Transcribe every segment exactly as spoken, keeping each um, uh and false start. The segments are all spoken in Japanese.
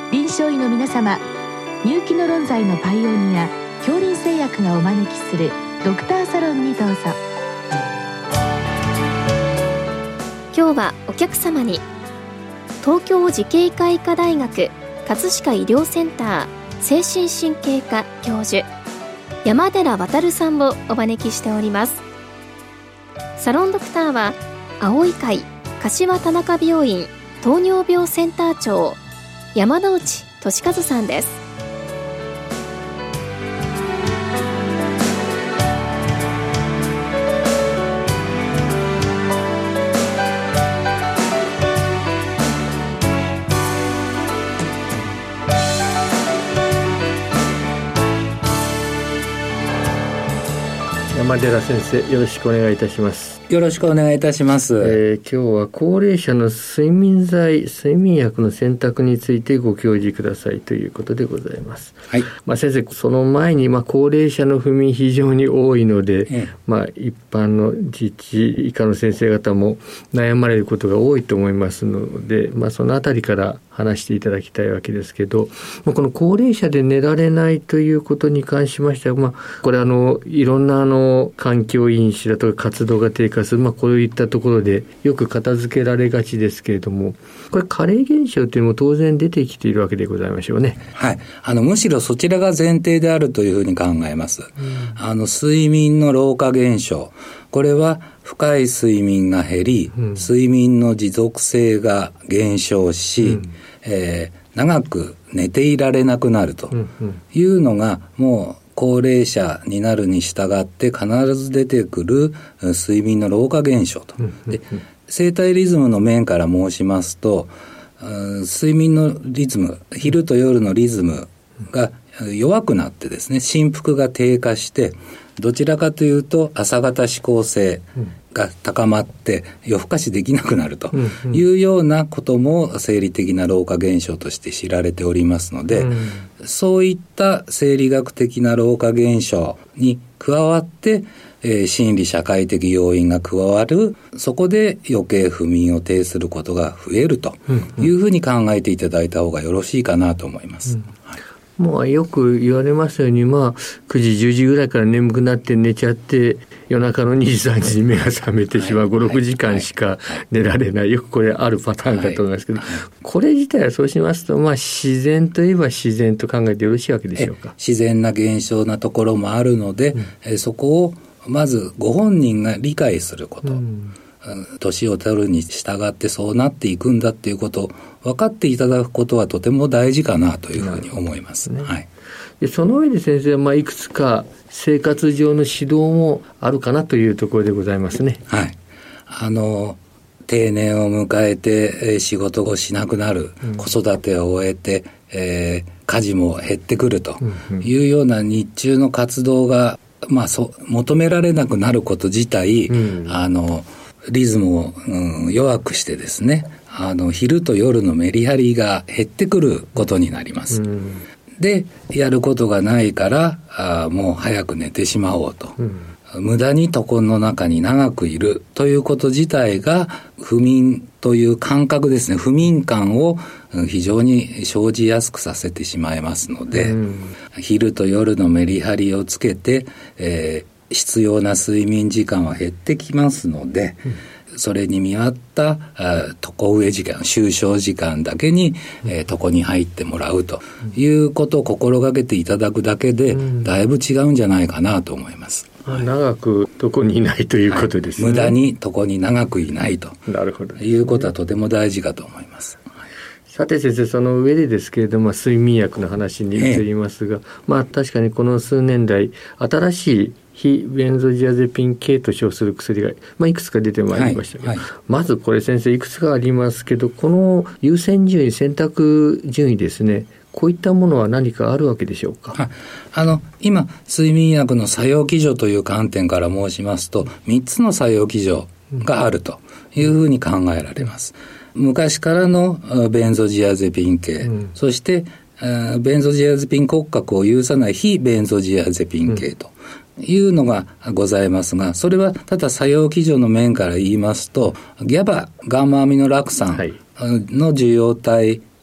臨床医の皆様、入気の論剤のパイオニア恐林製薬がお招きするドクターサロンにどうぞ。 今日はお客様に東京慈恵会医科大学葛飾医療センター精神神経科教授山寺渉さんをお招きしております。サロンドクターは青い会柏田中病院糖尿病センター長山内俊和さんです。 山寺先生、よろしくお願いいたします。 よろしくお願いいたします。 えー、今日は高齢者の睡眠剤、睡眠薬の選択についてご教示くださいということでございます。 はい。 まあ、先生、その前に、まあ、高齢者の不眠非常に多いので、ええ、まあ、一般の実地医科の先生方も悩まれることが多いと思いますので、まあ、そのあたりから話していただきたいわけですけど、まあ、この高齢者で寝られないということに関しましては、まあ、これあのいろんなあの環境因子だとか活動が低下する、まあ、こういったところでよく片付けられがちですけれども、これ加齢現象というのも当然出てきているわけでございましょうね。 はい、あのむしろそちらが前提であるというふうに考えます。うん、あの睡眠の老化現象、これは深い睡眠が減り、うん、睡眠の持続性が減少し、うん、えー、長く寝ていられなくなるというのが、もう高齢者になるに従って必ず出てくる睡眠の老化現象と。で、生体リズムの面から申しますと、睡眠のリズム、昼と夜のリズムが弱くなってですね、振幅が低下して、どちらかというと朝型指向性が高まって夜更かしできなくなるというようなことも生理的な老化現象として知られておりますので、うん、そういった生理学的な老化現象に加わって、えー、心理社会的要因が加わる、そこで余計不眠を呈することが増えるというふうに考えていただいた方がよろしいかなと思います。うん、はい、 もうよく言われますように、まあ、くじじゅうじぐらいから眠くなって寝ちゃって夜中のにじさんじに目が覚めてしまう、はい、ご、ろくじかんしか寝られない、よくこれあるパターンだと思いますけど、はい、これ自体はそうしますと、まあ、自然といえば自然と考えてよろしいわけでしょうか。 自然な現象なところもあるので、うん、えそこをまずご本人が理解すること、うん、年を取るに従ってそうなっていくんだっていうことを分かっていただくことはとても大事かなというふうに思います。ね、はい。 でその上で先生は、まあ、いくつか生活上の指導もあるかなというところでございますね。 はい。あの定年を迎えて、えー、仕事をしなくなる、うん、子育てを終えて、えー、家事も減ってくるというような日中の活動が、まあ、そ求められなくなること自体、うん、あのリズムを、うん、弱くしてですね、あの昼と夜のメリハリが減ってくることになります。うん、でやることがないからあもう早く寝てしまおうと、うん、無駄に床の中に長くいるということ自体が不眠という感覚ですね、不眠感を非常に生じやすくさせてしまいますので、うん、昼と夜のメリハリをつけて、えー必要な睡眠時間は減ってきますので、うん、それに見合った床上時間、就床時間だけに、うんえー、床に入ってもらうということを心がけていただくだけで、うん、だいぶ違うんじゃないかなと思います。 はい、長く床にいないということですね。 はい、無駄に床に長くいないとなるほど、ね、 いうことはとても大事かと思います。 さて先生、その上でですけれども、睡眠薬の話に移りますが、ええ、まあ確かにこの数年来新しい非ベンゾジアゼピン系と称する薬が、まあ、いくつか出てまいりましたけど、はいはい、まずこれ先生いくつかありますけど、この優先順位、選択順位ですね、こういったものは何かあるわけでしょうか。 あの今睡眠薬の作用基準という観点から申しますと、みっつの作用基準があるというふうに考えられます。昔からのベンゾジアゼピン系、うん、そしてベンゾジアゼピン骨格を有さない非ベンゾジアゼピン系というのがございますが、それはただ作用基準の面から言いますと、ギャバガンマアミノラク酸の受容体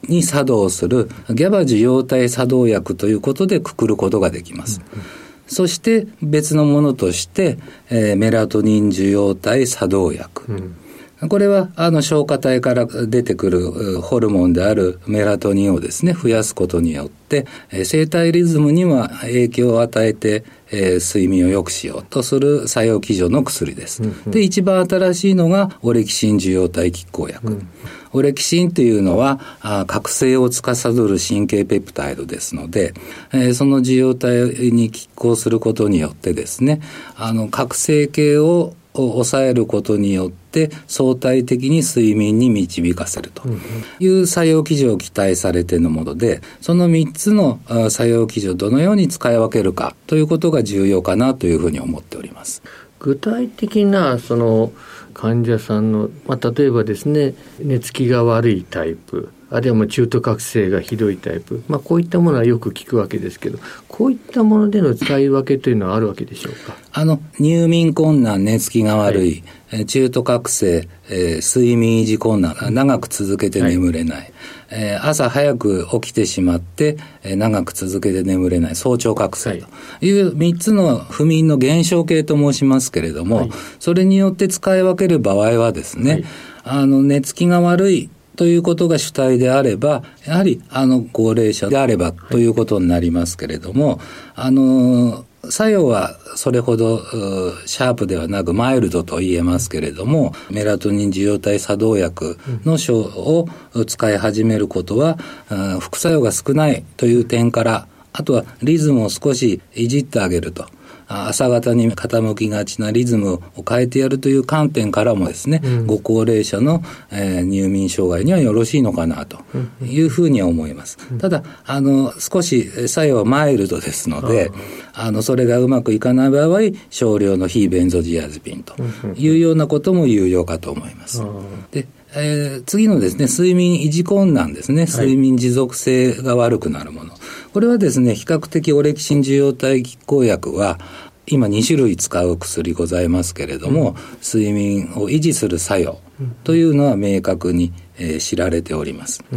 に作動する ギャバ 受容体作動薬ということでくくることができます、うんうん、そして別のものとして、えー、メラトニン受容体作動薬、うんこれはあの消化体から出てくるホルモンであるメラトニンをですね増やすことによって、えー、生体リズムには影響を与えて、えー、睡眠を良くしようとする作用基準の薬です、うんうん、で一番新しいのがオレキシン受容体拮抗薬、うん、オレキシンというのはあ覚醒を司る神経ペプタイドですので、えー、その受容体に拮抗することによってですねあの覚醒系をを抑えることによって相対的に睡眠に導かせるという作用基準を期待されているもので、そのみっつの作用基準をどのように使い分けるかということが重要かなというふうに思っております。 具体的なその患者さんの、まあ、例えばですね寝つきが悪いタイプ、あるいはもう中途覚醒がひどいタイプ、まあ、こういったものはよく聞くわけですけど、こういったものでの使い分けというのはあるわけでしょうか。 あの入眠困難、寝つきが悪い、はい、中途覚醒、えー、睡眠維持困難、長く続けて眠れない、はいえー、朝早く起きてしまって、えー、長く続けて眠れない、早朝覚醒というみっつの不眠の減少系と申しますけれども、はい、それによって使い分ける場合はですね、はい、あの寝つきが悪いということが主体であれば、やはりあの高齢者であればということになりますけれども、はい、あの作用はそれほどシャープではなくマイルドと言えますけれども、メラトニン受容体作動薬の症を使い始めることは、うん、副作用が少ないという点から、あとはリズムを少しいじってあげると、朝方に傾きがちなリズムを変えてやるという観点からもですね、うん、ご高齢者の、えー、入眠障害にはよろしいのかなというふうには思います、うん、ただあの少し作用はマイルドですので、あのそれがうまくいかない場合、少量の非ベンゾジアゼピンというようなことも有用かと思います。でえー、次のですね、睡眠維持困難ですね、睡眠持続性が悪くなるもの、はい、これはですね、比較的オレキシン受容体拮抗薬は今に種類使う薬ございますけれども、うん、睡眠を維持する作用というのは明確に、えー、知られております、うん、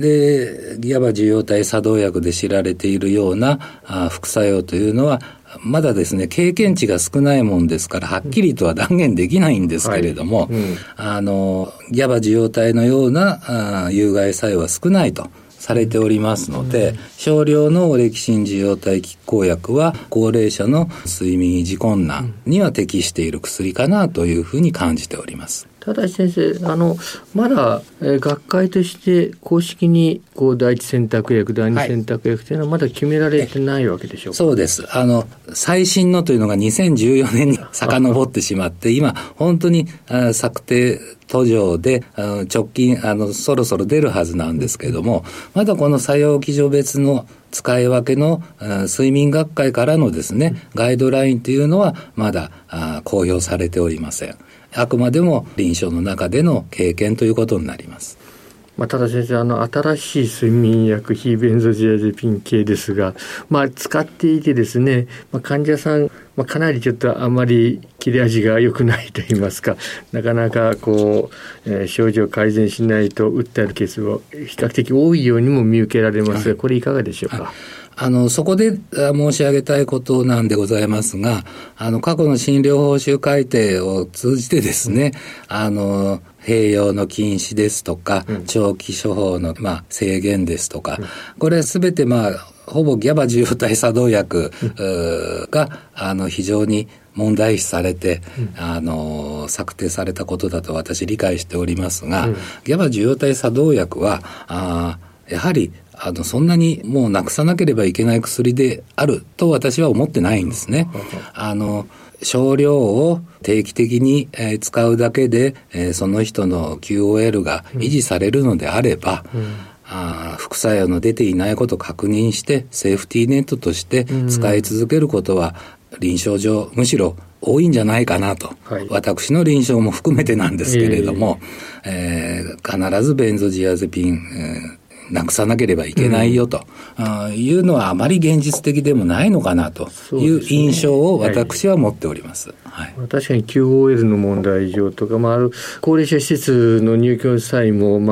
でギャバ受容体作動薬で知られているようなあ副作用というのはまだですね経験値が少ないもんですからはっきりとは断言できないんですけれども、はいうん、あのギャバ受容体のようなあ有害作用は少ないとされておりますので、うん、少量のオレキシン受容体拮抗薬は高齢者の睡眠維持困難には適している薬かなというふうに感じております。 ただし先生、あのまだ、えー、学会として公式にこう第一選択薬第二選択薬というのはまだ決められてないわけでしょうか。 そうです。あの最新のというのがにせんじゅうよねんに遡ってしまって今本当にあ策定途上であ直近あのそろそろ出るはずなんですけれども、まだこの作用基準別の使い分けの睡眠学会からのですねガイドラインというのはまだあ公表されておりません。あくまでも臨床の中での経験ということになります。 まあ、ただ先生、あの新しい睡眠薬非ベンゾジアゼピン系ですが、まあ、使っていてですね、まあ、患者さん、まあ、かなりちょっとあまり切れ味が良くないといいますか、なかなかこう、えー、症状改善しないと訴えるケースは比較的多いようにも見受けられますが、はい、これいかがでしょうか。 あのそこで申し上げたいことなんでございますが、あの過去の診療報酬改定を通じてですね、うん、あの併用の禁止ですとか、うん、長期処方の、まあ、制限ですとか、うん、これはすべて、まあ、ほぼギャバ受容体作動薬、うん、があの非常に問題視されて、うん、あの策定されたことだと私理解しておりますが、うん、ギャバ受容体作動薬はあやはりあのそんなにもうなくさなければいけない薬であると私は思ってないんですね。あの少量を定期的に、えー、使うだけで、えー、その人の キューオーエル が維持されるのであれば、うん、あ副作用の出ていないことを確認してセーフティーネットとして使い続けることは臨床上むしろ多いんじゃないかなと、はい、私の臨床も含めてなんですけれども、えーえー、必ずベンゾジアゼピン、えーなくさなければいけないよと、うん、あいうのはあまり現実的でもないのかなという印象を私は持っております。はいはい、 確かに キューオーエル の問題上とか、まあ、ある高齢者施設の入居際も、ま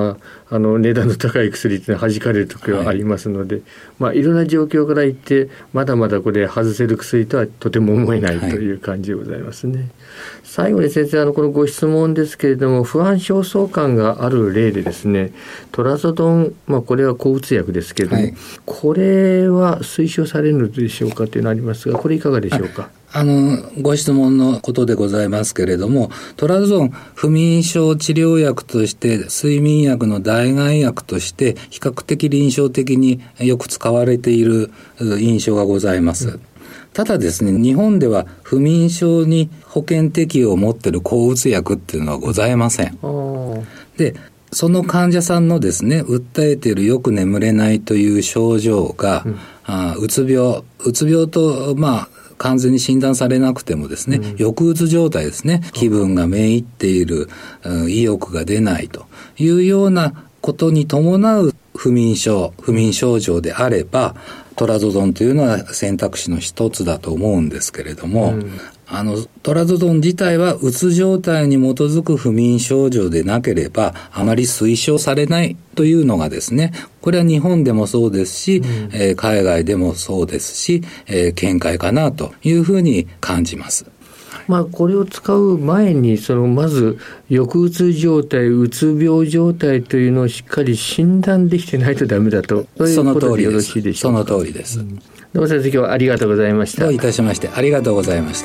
あの値段の高い薬っていうのは弾かれる時はありますので、はい、まあ、いろんな状況から言ってまだまだこれ外せる薬とはとても思えないという感じでございますね、はい、最後に先生、あのこのご質問ですけれども、不安焦燥感がある例でですね、トラゾドン、まあ、これは抗うつ薬ですけれども、はい、これは推奨されるでしょうかというのがありますが、これいかがでしょうか。 あのご質問のことでございますけれども、トラゾドン不眠症治療薬として睡眠薬の代替薬として比較的臨床的によく使われている印象がございます、うん、ただですね、日本では不眠症に保険適用を持っている抗うつ薬っていうのはございません。でその患者さんのですね、訴えているよく眠れないという症状が、うん、あうつ病うつ病とまあ完全に診断されなくてもですね、うん、抑うつ状態ですね、気分がめいっている、うん、意欲が出ないというようなことに伴う不眠症不眠症状であれば、トラゾドンというのは選択肢の一つだと思うんですけれども、うん、あのトラゾドン自体はうつ状態に基づく不眠症状でなければあまり推奨されないというのがですね、これは日本でもそうですし、うん、えー、海外でもそうですし、えー、見解かなというふうに感じます。 まあ、これを使う前にそのまず抑うつ状態、うつ病状態というのをしっかり診断できてないとダメだと、そういうことでよろしいでしょうか。 その通りです。 うん、どうも先生、今日はありがとうございました。 どういたしまして。ありがとうございました。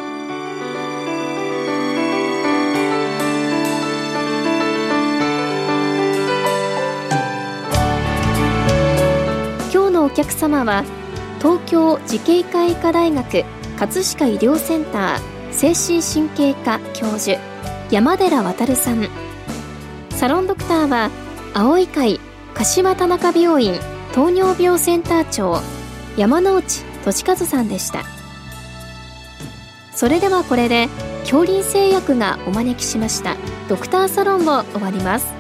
今日のお客様は東京慈恵会医科大学葛飾医療センター精神神経科教授山寺渉さん、サロンドクターは青い会柏田中病院糖尿病センター長山内俊和さんでした。それではこれで恐林製薬がお招きしましたドクターサロンを終わります。